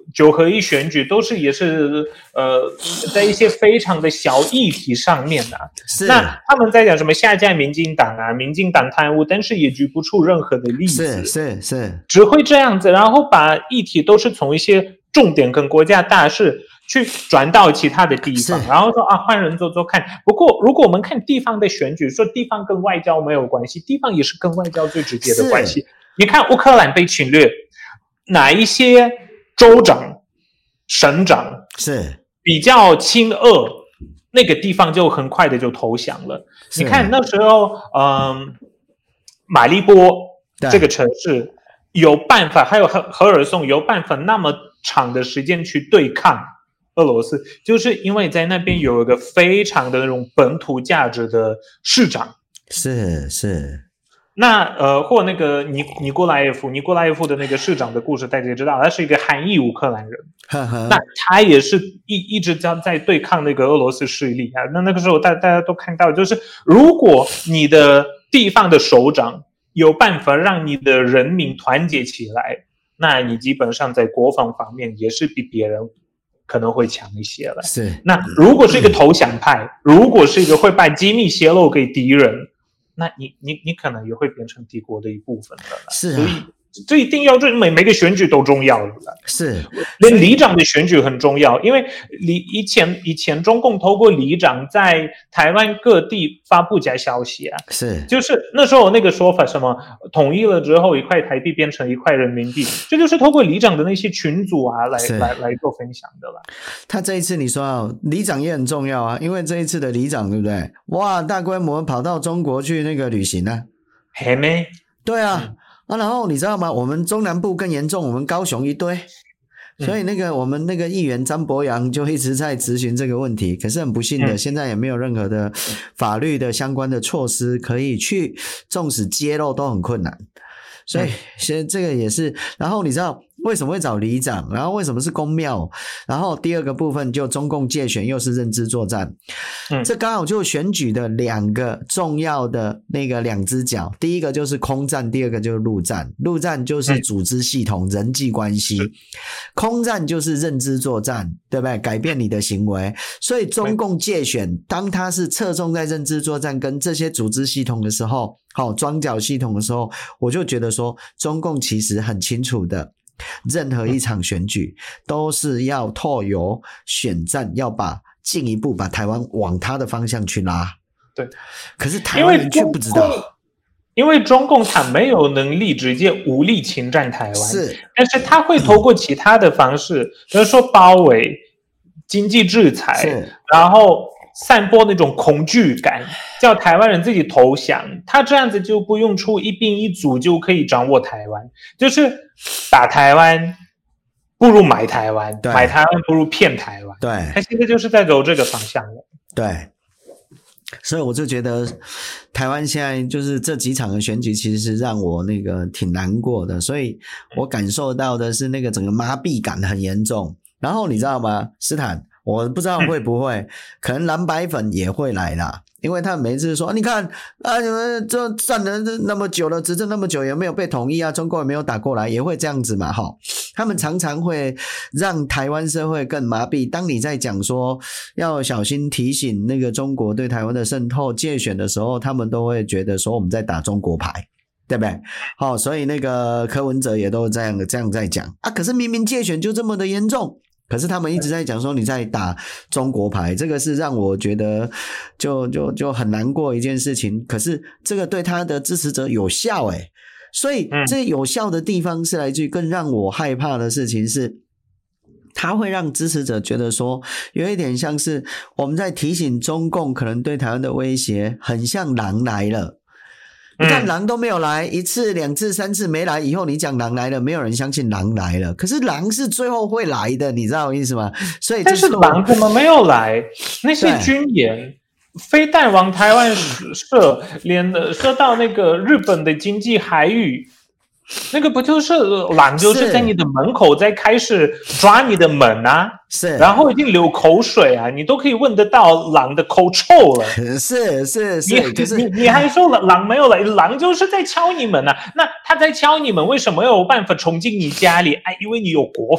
九合一选举都是也是呃在一些非常的小议题上面啊， 是那他们在讲什么下架民进党啊，民进党贪污，但是也举不出任何的例子， 是是是， 只会这样子，然后把议题都是从一些重点跟国家大事去转到其他的地方，然后说啊换人做做看。不过如果我们看地方的选举，说地方跟外交没有关系，地方也是跟外交最直接的关系。你看乌克兰被侵略，哪一些州长、省长是比较亲俄，那个地方就很快的就投降了。你看那时候，嗯，马利波这个城市有办法，还有赫赫尔松有办法那么长的时间去对抗俄罗斯，就是因为在那边有一个非常的那种本土价值的市长。 是是。 那呃，或那个尼尼古拉耶夫，尼古拉耶夫的那个市长的故事，大家也知道，他是一个韩裔乌克兰人， 呵呵， 那他也是一一直在在对抗那个俄罗斯势力啊。那那个时候大大家都看到，就是如果你的地方的首长有办法让你的人民团结起来，那你基本上在国防方面也是比别人可能会强一些了。 是， 那如果是一个投降派，如果是一个会把机密泄露给敌人，那你你你可能也会变成敌国的一部分了。 是、啊， 所以这一定要，这每每个选举都重要了。 是， 连里长的选举很重要，因为里以前以前中共透过里长在台湾各地发布假消息啊， 是， 就是那时候那个说法，什么统一了之后一块台币变成一块人民币，这就是透过里长的那些群组啊来来来做分享的啦。 他这一次你说啊，里长也很重要啊，因为这一次的里长对不对？哇，大规模跑到中国去那个旅行啊， 嘿咩？ 对啊。 嗯啊，然后你知道吗？我们中南部更严重，我们高雄一堆，所以那个我们那个议员张博洋就一直在咨询这个问题。可是很不幸的，嗯、现在也没有任何的法律的相关的措施可以去，纵使揭露都很困难。所以其实这个也是，然后你知道为什么会找里长，然后为什么是公庙，然后第二个部分就中共介选又是认知作战，嗯，这刚好就选举的两个重要的那个两只脚，第一个就是空战，第二个就是陆战。陆战就是组织系统、嗯、人际关系，空战就是认知作战，对不对？改变你的行为。所以中共介选当它是侧重在认知作战跟这些组织系统的时候，好，庄脚系统的时候，我就觉得说中共其实很清楚的，任何一场选举都是要透由选战，要把进一步把台湾往他的方向去拉。 对， 可是台湾人却不知道， 因为中共他没有能力直接武力侵占台湾， 是， 但是他会透过其他的方式，比如说包围、经济制裁，然后散播那种恐惧感，叫台湾人自己投降，他这样子就不用出一兵一卒就可以掌握台湾，就是打台湾不如买台湾，买台湾不如骗台湾。 对， 他现在就是在走这个方向了。 对，所以我就觉得台湾现在就是这几场的选举其实是让我那个挺难过的，所以我感受到的是那个整个麻痹感很严重。然后你知道吗，斯坦，我不知道会不会、嗯、可能蓝白粉也会来啦，因为他们每次说你看啊，你们这站了那么久了，执政那么久，有没有被统一啊？中国有没有打过来？也会这样子嘛，齁。他们常常会让台湾社会更麻痹。当你在讲说要小心提醒那个中国对台湾的渗透介选的时候，他们都会觉得说我们在打中国牌，对不对？好，所以那个柯文哲也都这样这样在讲啊。可是明明介选就这么的严重，可是他们一直在讲说你在打中国牌，这个是让我觉得就就就很难过一件事情。可是这个对他的支持者有效诶、欸，所以这有效的地方是来自于更让我害怕的事情是，他会让支持者觉得说有一点像是我们在提醒中共可能对台湾的威胁，很像狼来了。你看狼都没有来一次两次三次没来以后，你讲狼来了，没有人相信狼来了，可是狼是最后会来的，你知道我意思吗？所以但是狼怎么没有来？那些军演飞弹往台湾射，连射到那个日本的经济海域，那个不就是狼就是在你的门口在开始抓你的门啊， 是， 然后已经流口水啊，你都可以闻得到狼的口臭了。 是是是， 你可是你, 你还说狼没有来，狼就是在敲你门啊。那他在敲你门，为什么有办法冲进你家里？哎，因为你有国防。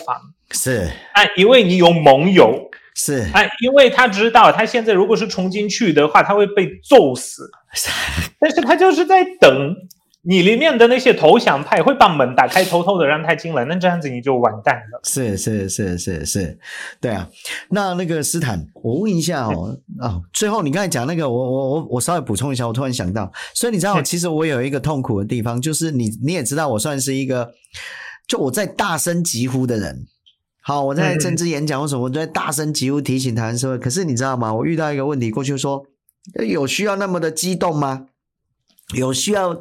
是啊，因为你有盟友。 是啊，因为他知道他现在如果是冲进去的话，他会被揍死。但是他就是在等你里面的那些投降派会把门打开，偷偷的让他进来，那这样子你就完蛋了。 是是是是是，对啊。那那个斯坦，我问一下哦，哦，最后你刚才讲那个，我我我我稍微补充一下，我突然想到，所以你知道，其实我有一个痛苦的地方，就是你你也知道，我算是一个，就我在大声疾呼的人。好，我在政治演讲或什么，我在大声疾呼提醒台湾社会。可是你知道吗？我遇到一个问题，过去说有需要那么的激动吗？有需要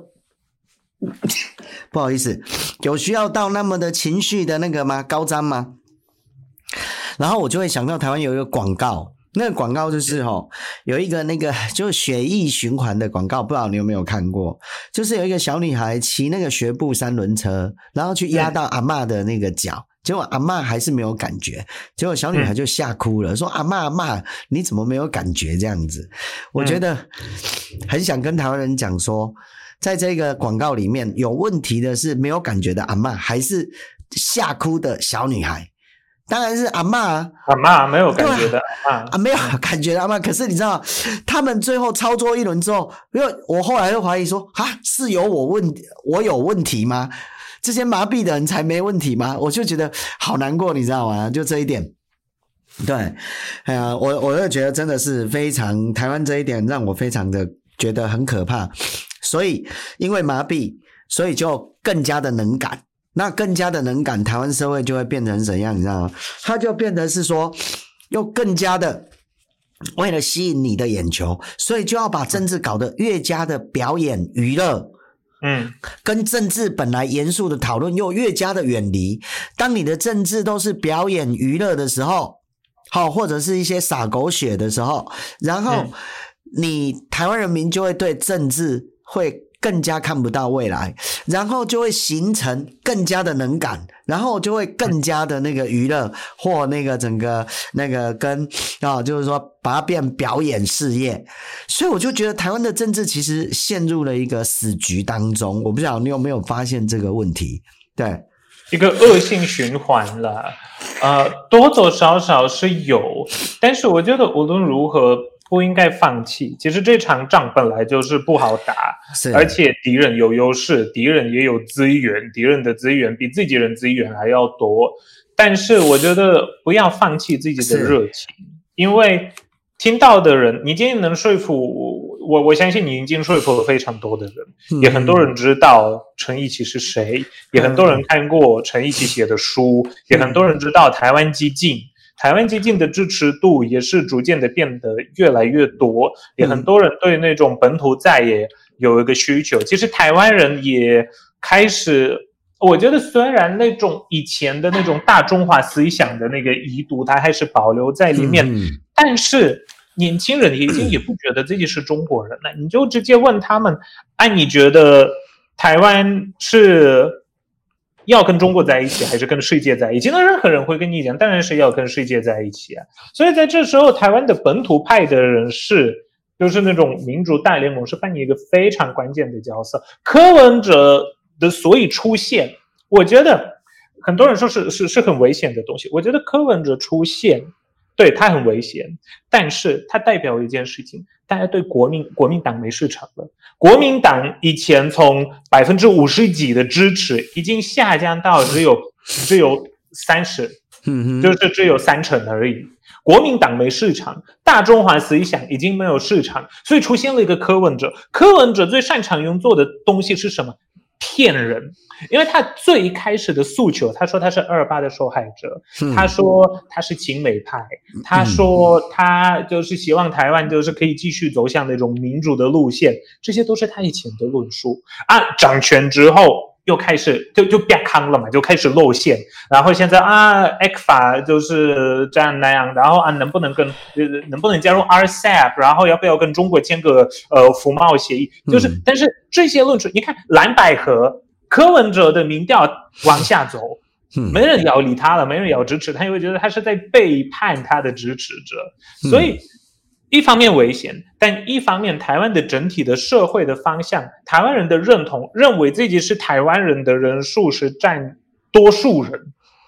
不好意思，有需要到那么的情绪的那个吗？高涨吗？然后我就会想到台湾有一个广告，那个广告就是齁，有一个那个就是血液循环的广告，不知道你有没有看过？就是有一个小女孩骑那个学步三轮车，然后去压到阿嬷的那个脚。结果阿嬷还是没有感觉，结果小女孩就吓哭了，说阿嬷阿嬷你怎么没有感觉这样子。我觉得很想跟台湾人讲说，在这个广告里面有问题的是没有感觉的阿嬷，还是吓哭的小女孩？当然是阿嬷啊， 阿嬷没有感觉的阿嬷啊，没有感觉的阿嬷。可是你知道他们最后操作一轮之后，因为我后来就怀疑说，哈，是有我问我有问题吗？这些麻痹的人才没问题吗？我就觉得好难过，你知道吗？就这一点，对，哎呀，我我就觉得真的是非常，台湾这一点让我非常的觉得很可怕。所以因为麻痹，所以就更加的能感。那更加的能感，台湾社会就会变成怎样？你知道吗？它就变成是说，又更加的为了吸引你的眼球，所以就要把政治搞得越加的表演娱乐。嗯，跟政治本来严肃的讨论又越加的远离。当你的政治都是表演娱乐的时候，好，或者是一些撒狗血的时候，然后你台湾人民就会对政治会更加看不到未来，然后就会形成更加的能感，然后就会更加的那个娱乐或那个整个那个跟啊，就是说把它变表演事业。所以我就觉得台湾的政治其实陷入了一个死局当中。我不知道你有没有发现这个问题？对， 一个恶性循环了。呃，多多少少是有，但是我觉得无论如何不应该放弃。其实这场仗本来就是不好打，而且敌人有优势，敌人也有资源，敌人的资源比自己人资源还要多。但是我觉得不要放弃自己的热情，因为听到的人，你今天能说服我，我相信你已经说服了非常多的人，嗯、也很多人知道陈奕奇是谁，也很多人看过陈奕奇写的书，嗯、也很多人知道台湾激进。台湾激进的支持度也是逐渐的变得越来越多，也很多人对那种本土在野有一个需求。其实台湾人也开始，我觉得虽然那种以前的那种大中华思想的那个遗毒它还是保留在里面，嗯、但是年轻人已经也不觉得自己是中国人了。你就直接问他们，哎，你觉得台湾是要跟中国在一起还是跟世界在一起？那任何人会跟你讲，当然是要跟世界在一起啊。所以在这时候，台湾的本土派的人士，就是那种民主大联盟，是扮演一个非常关键的角色。柯文哲的所以出现，我觉得很多人说是是是很危险的东西。我觉得柯文哲出现，对他很危险，但是他代表一件事情，大家对国民国民党没市场了。国民党以前从百分之五十几的支持，已经下降到只有只有三十，嗯，就是只有三成而已。国民党没市场，大中华思想已经没有市场，所以出现了一个柯文哲。柯文哲最擅长用做的东西是什么？骗人。因为他最一开始的诉求，他说他是二二八的受害者，嗯、他说他是亲美派，嗯、他说他就是希望台湾就是可以继续走向那种民主的路线，这些都是他以前的论述啊。掌权之后又开始就就变康了嘛，就开始露馅，然后现在啊 ，E C F A 就是这样那样，然后啊，能不能跟能不能加入 R C E P， 然后要不要跟中国签个呃服贸协议，就是，嗯、但是这些论述，你看蓝百合。柯文哲的民调往下走，没人要理他了，没人要支持他，因为觉得他是在背叛他的支持者。所以一方面危险，但一方面台湾的整体的社会的方向，台湾人的认同，认为自己是台湾人的人数是占多数人，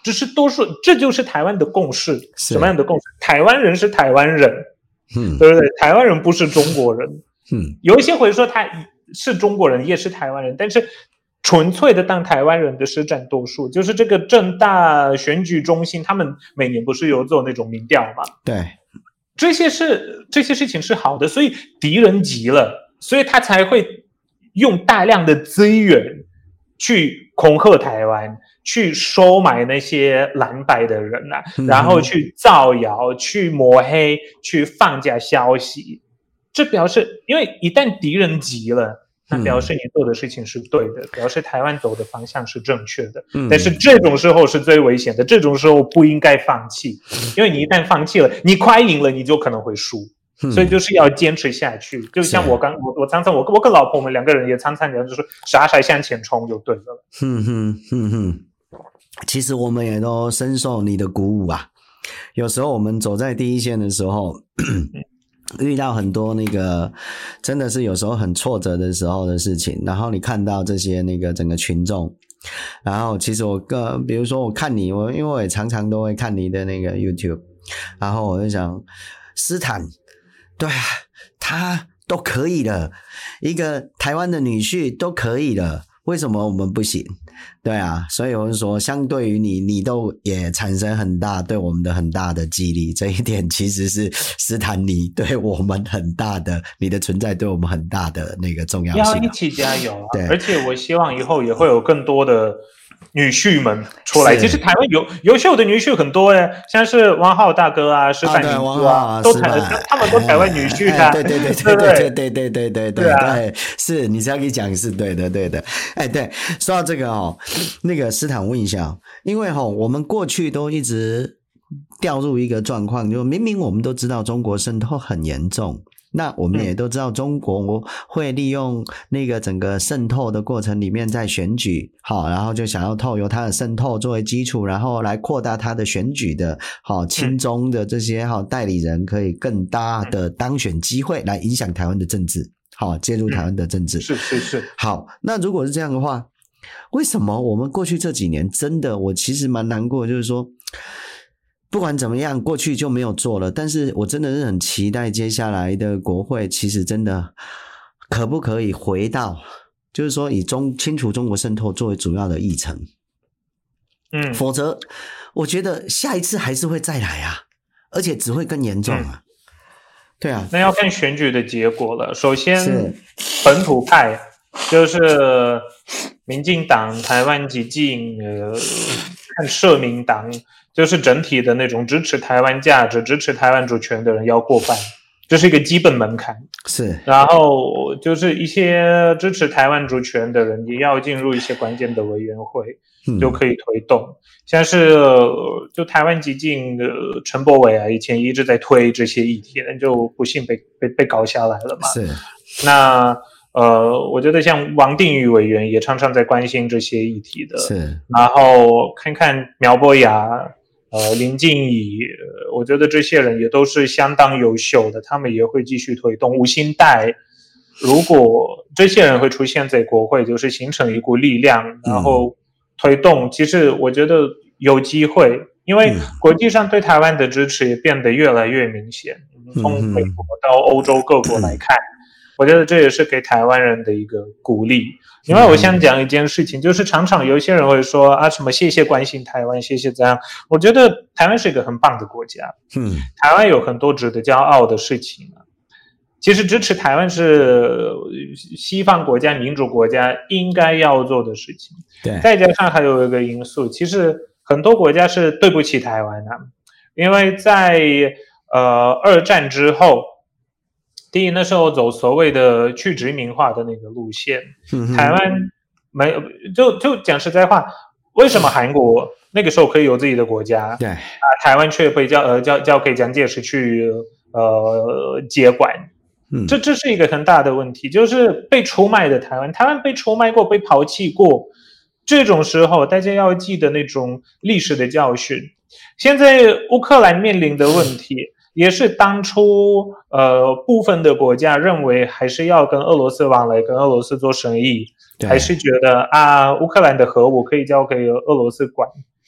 只是多数，这就是台湾的共识。什么样的共识？台湾人是台湾人，嗯，对不对？台湾人不是中国人，嗯，有一些会说他是中国人，也是台湾人，但是纯粹的当台湾人的是占多数。就是这个政大选举中心，他们每年不是有做那种民调吗？ 对， 这些是这些事情是好的，所以敌人急了，所以他才会用大量的资源去恐吓台湾，去收买那些蓝白的人啊，嗯、然后去造谣、去抹黑、去放假消息。这表示，因为一旦敌人急了，那表示你做的事情是对的，嗯、表示台湾走的方向是正确的。嗯、但是这种时候是最危险的，这种时候不应该放弃，因为你一旦放弃了，你快赢了，你就可能会输。嗯、所以就是要坚持下去。就像我刚我我常常我我跟老婆我们两个人也常常聊，就是傻傻向前冲就对了。 哼哼哼哼，其实我们也都深受你的鼓舞啊。有时候我们走在第一线的时候。遇到很多那个真的是有时候很挫折的时候的事情，然后你看到这些那个整个群众，然后其实我个比如说我看你，我因为我也常常都会看你的那个 YouTube， 然后我就想斯坦，对啊，他都可以了，一个台湾的女婿都可以了，为什么我们不行？对啊，所以我就说相对于你你都也产生很大对我们的很大的激励，这一点其实是斯坦尼对我们很大的，你的存在对我们很大的那个重要性、啊、 要一起加油啊！对，而且我希望以后也会有更多的女婿们出来。其实台湾有优秀的女婿很多耶，像是王浩大哥啊、石板民珠啊，都台他们都台湾女婿啊。 对对对对对对对对对对对对，是你这样一讲是对的对的。哎，对，说到这个哦，那个斯坦问一下，因为哈、哦，我们过去都一直掉入一个状况，就明明我们都知道中国渗透很严重。那我们也都知道中国会利用那个整个渗透的过程里面在选举，好，然后就想要透由它的渗透作为基础，然后来扩大它的选举的好亲中的这些好代理人可以更大的当选机会，来影响台湾的政治，好，介入台湾的政治。 是是是。 好，那如果是这样的话，为什么我们过去这几年真的我其实蛮难过，就是说不管怎么样，过去就没有做了。但是我真的是很期待接下来的国会，其实真的可不可以回到，就是说以中清除中国渗透作为主要的议程。嗯，否则我觉得下一次还是会再来啊，而且只会更严重啊。嗯、对啊， 那要看选举的结果了。首先，本土派就是民进党、台湾基进、呃，看社民党。就是整体的那种支持台湾价值、支持台湾主权的人要过半，这是一个基本门槛。 是， 然后就是一些支持台湾主权的人也要进入一些关键的委员会，嗯、就可以推动。像是、呃、就台湾基进的陈柏惟啊，以前一直在推这些议题，就不幸被被被搞下来了嘛。 是， 那。呃，我觉得像王定宇委员也常常在关心这些议题的， 是。 然后看看苗博雅、呃林静怡、呃，我觉得这些人也都是相当优秀的，他们也会继续推动。吴欣岱，如果这些人会出现在国会，就是形成一股力量，然后推动。嗯、其实我觉得有机会，因为国际上对台湾的支持也变得越来越明显，嗯、从美国到欧洲各国来看。嗯我觉得这也是给台湾人的一个鼓励，因为我想讲一件事情，就是常常有一些人会说啊，什么谢谢关心台湾，谢谢这样。我觉得台湾是一个很棒的国家，嗯，台湾有很多值得骄傲的事情啊。其实支持台湾是西方国家、民主国家应该要做的事情。 对， 再加上还有一个因素，其实很多国家是对不起台湾的，因为在呃二战之后。第一，那时候走所谓的去殖民化的那个路线，嗯、台湾没有就就讲实在话，为什么韩国那个时候可以有自己的国家， 对啊， 台湾却被交呃交交给蒋介石去呃接管？嗯，这这是一个很大的问题，就是被出卖的台湾，台湾被出卖过，被抛弃过，这种时候大家要记得那种历史的教训。现在乌克兰面临的问题。也是当初呃部分的国家认为还是要跟俄罗斯往来，跟俄罗斯做生意，还是觉得啊乌克兰的核武可以交给俄罗斯管，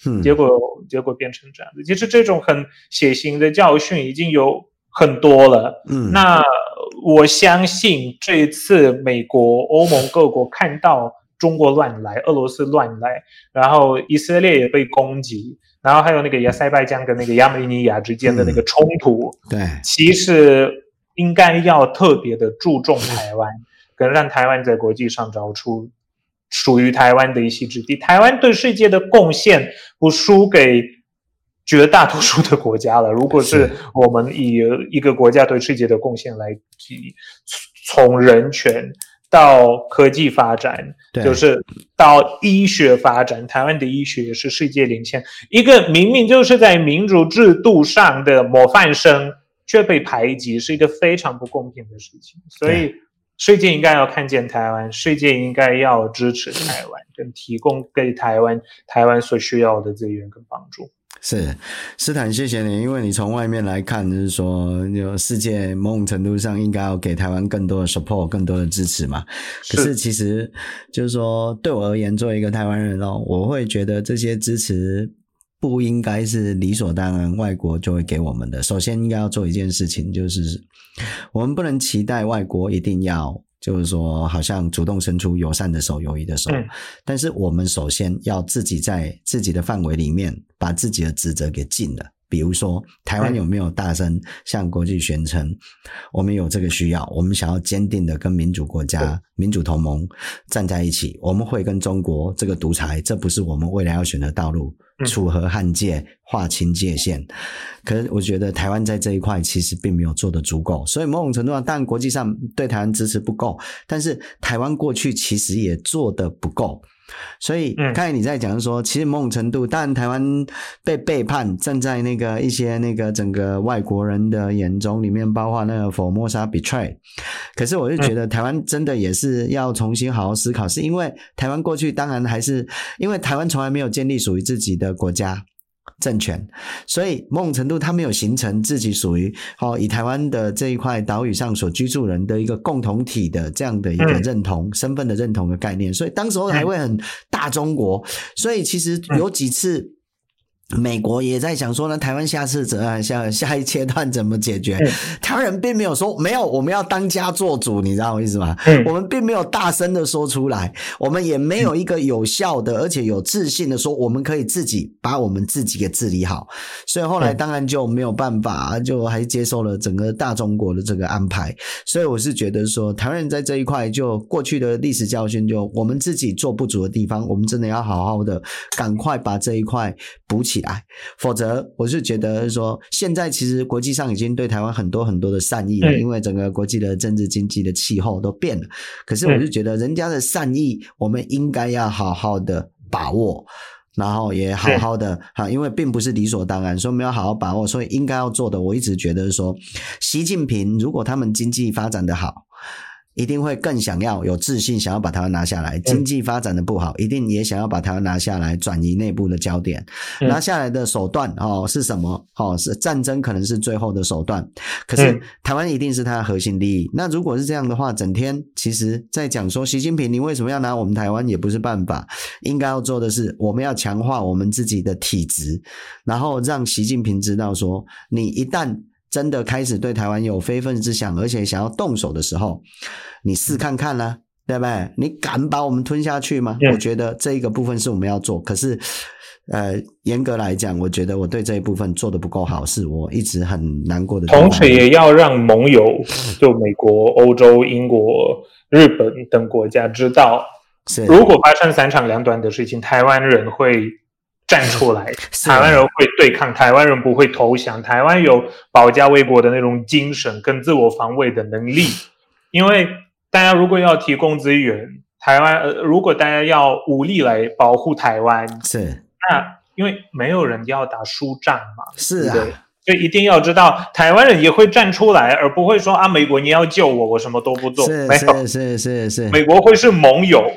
嗯、结果结果变成这样子。其实这种很血腥的教训已经有很多了。嗯，那我相信这一次美国、欧盟各国看到中国乱来，俄罗斯乱来，然后以色列也被攻击，然后还有那个亚塞拜疆跟那个亚美尼亚之间的那个冲突， 嗯、对， 其实应该要特别的注重台湾，跟让台湾在国际上找出属于台湾的一席之地。台湾对世界的贡献不输给绝大多数的国家了。如果是我们以一个国家对世界的贡献来比，从人权到科技发展，就是到医学发展，台湾的医学也是世界领先。一个明明就是在民主制度上的模范生，却被排挤，是一个非常不公平的事情。所以世界应该要看见台湾，世界应该要支持台湾，跟提供给台湾台湾所需要的资源跟帮助。 是，斯坦，谢谢你，因为你从外面来看，就是说，就世界某种程度上应该要给台湾更多的 support， 更多的支持嘛。可是其实就是说，对我而言，作为一个台湾人哦，我会觉得这些支持不应该是理所当然，外国就会给我们的。首先应该要做一件事情，就是我们不能期待外国一定要就是说好像主动伸出友善的手、友谊的手、嗯、但是我们首先要自己在自己的范围里面把自己的职责给尽了。比如说台湾有没有大声向国际宣称我们有这个需要，我们想要坚定的跟民主国家、民主同盟站在一起，我们会跟中国这个独裁，这不是我们未来要选的道路，楚河汉界，划清界限。可是我觉得台湾在这一块其实并没有做得足够，所以某种程度上当然国际上对台湾支持不够，但是台湾过去其实也做得不够。所以刚才你在讲说其实某种程度当然台湾被背叛，站在那个一些那个整个外国人的眼中里面，包括那个佛摩沙 betray， 可是我就觉得台湾真的也是要重新好好思考，是因为台湾过去当然还是因为台湾从来没有建立属于自己的国家政权，所以某种程度它没有形成自己属于、哦、以台湾的这一块岛屿上所居住人的一个共同体的这样的一个认同、嗯、身份的认同的概念，所以当时候还会很大中国，所以其实有几次美国也在想说呢，台湾下次怎样，下下一阶段怎么解决、嗯、台湾人并没有说没有我们要当家做主，你知道我意思吗、嗯、我们并没有大声的说出来，我们也没有一个有效的而且有自信的说我们可以自己把我们自己给治理好，所以后来当然就没有办法，就还接受了整个大中国的这个安排。所以我是觉得说台湾人在这一块就过去的历史教训，就我们自己做不足的地方，我们真的要好好的赶快把这一块补起来，否则我是觉得说现在其实国际上已经对台湾很多很多的善意了、嗯、因为整个国际的政治经济的气候都变了，可是我是觉得人家的善意我们应该要好好的把握，然后也好好的、啊、因为并不是理所当然，所以我们要好好把握，所以应该要做的我一直觉得说习近平如果他们经济发展的好，一定会更想要有自信想要把台湾拿下来，经济发展的不好一定也想要把台湾拿下来，转移内部的焦点、嗯、拿下来的手段、哦、是什么、哦、是战争可能是最后的手段，可是台湾一定是它的核心利益、嗯、那如果是这样的话，整天其实在讲说习近平你为什么要拿我们台湾也不是办法，应该要做的是我们要强化我们自己的体质，然后让习近平知道说你一旦真的开始对台湾有非分之想，而且想要动手的时候，你试看看啦、啊，对不对？你敢把我们吞下去吗？我觉得这一个部分是我们要做，可是呃，严格来讲，我觉得我对这一部分做得不够好，是我一直很难过的地方。 同时也要让盟友，就美国、欧洲、英国、日本等国家知道，如果发生三长两短的事情，台湾人会站出来，台湾人会对抗，台湾人不会投降，台湾有保家卫国的那种精神跟自我防卫的能力。因为大家如果要提供资源，台湾、呃、如果大家要武力来保护台湾， 是那因为没有人要打输仗嘛， 是啊， 所以一定要知道台湾人也会站出来，而不会说啊美国你要救我，我什么都不做， 是没有， 是是是是， 美国会是盟友。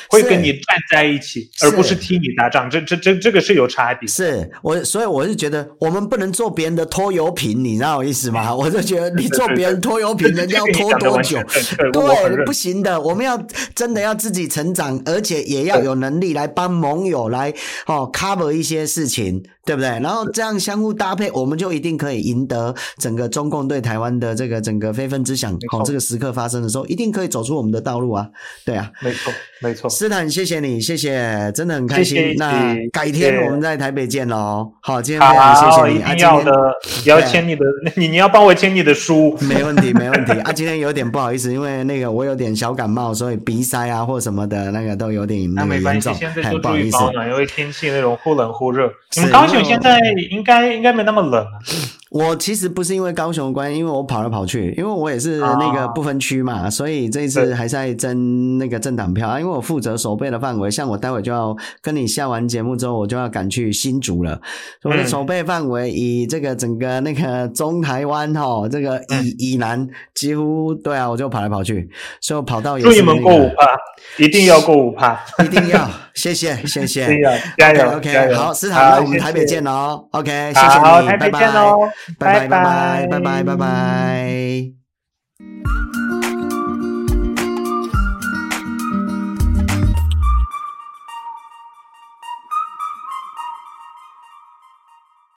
会跟你站在一起，而不是替你打仗，这这这这个是有差别。 是我，所以我是觉得我们不能做别人的拖油瓶，你知道我意思吗？我就觉得你做别人拖油瓶，人家要拖多久？对，不行的，我们要真的要自己成长，而且也要有能力来帮盟友来哦 cover 一些事情，对不对？然后这样相互搭配，我们就一定可以赢得整个中共对台湾的这个整个非分之想。好、哦，这个时刻发生的时候，一定可以走出我们的道路啊！对啊， 没错，没错。 斯坦，谢谢你，谢谢，真的很开心。 谢谢那改天我们在台北见喽。好，今天非常谢谢你， 一定要的，啊、要签你的，你你要帮我签你的书， 没问题，没问题。啊，今天有点不好意思，因为那个我有点小感冒，所以鼻塞啊或什么的那个都有点那个严重。 那没关系，现在就注意保暖，因为天气那种忽冷忽热。你们高雄现在应该应该没那么冷啊。 我其实不是因为高雄的关系，因为我跑来跑去，因为我也是那个不分区嘛，啊、所以这一次还在争那个政党票啊。因为我负责守备的范围，像我待会就要跟你下完节目之后，我就要赶去新竹了。我的守备范围以这个整个那个中台湾哈，这个以以南几乎对啊，我就跑来跑去，所以我跑到也是、那个。 祝你们过五趴，一定要过五趴， 一定要，谢谢谢谢， 加油 OK， 加油好，斯坦，那我们台北见喽 ，OK， 谢谢你， 好，台北见喽， 拜拜拜拜拜拜拜拜。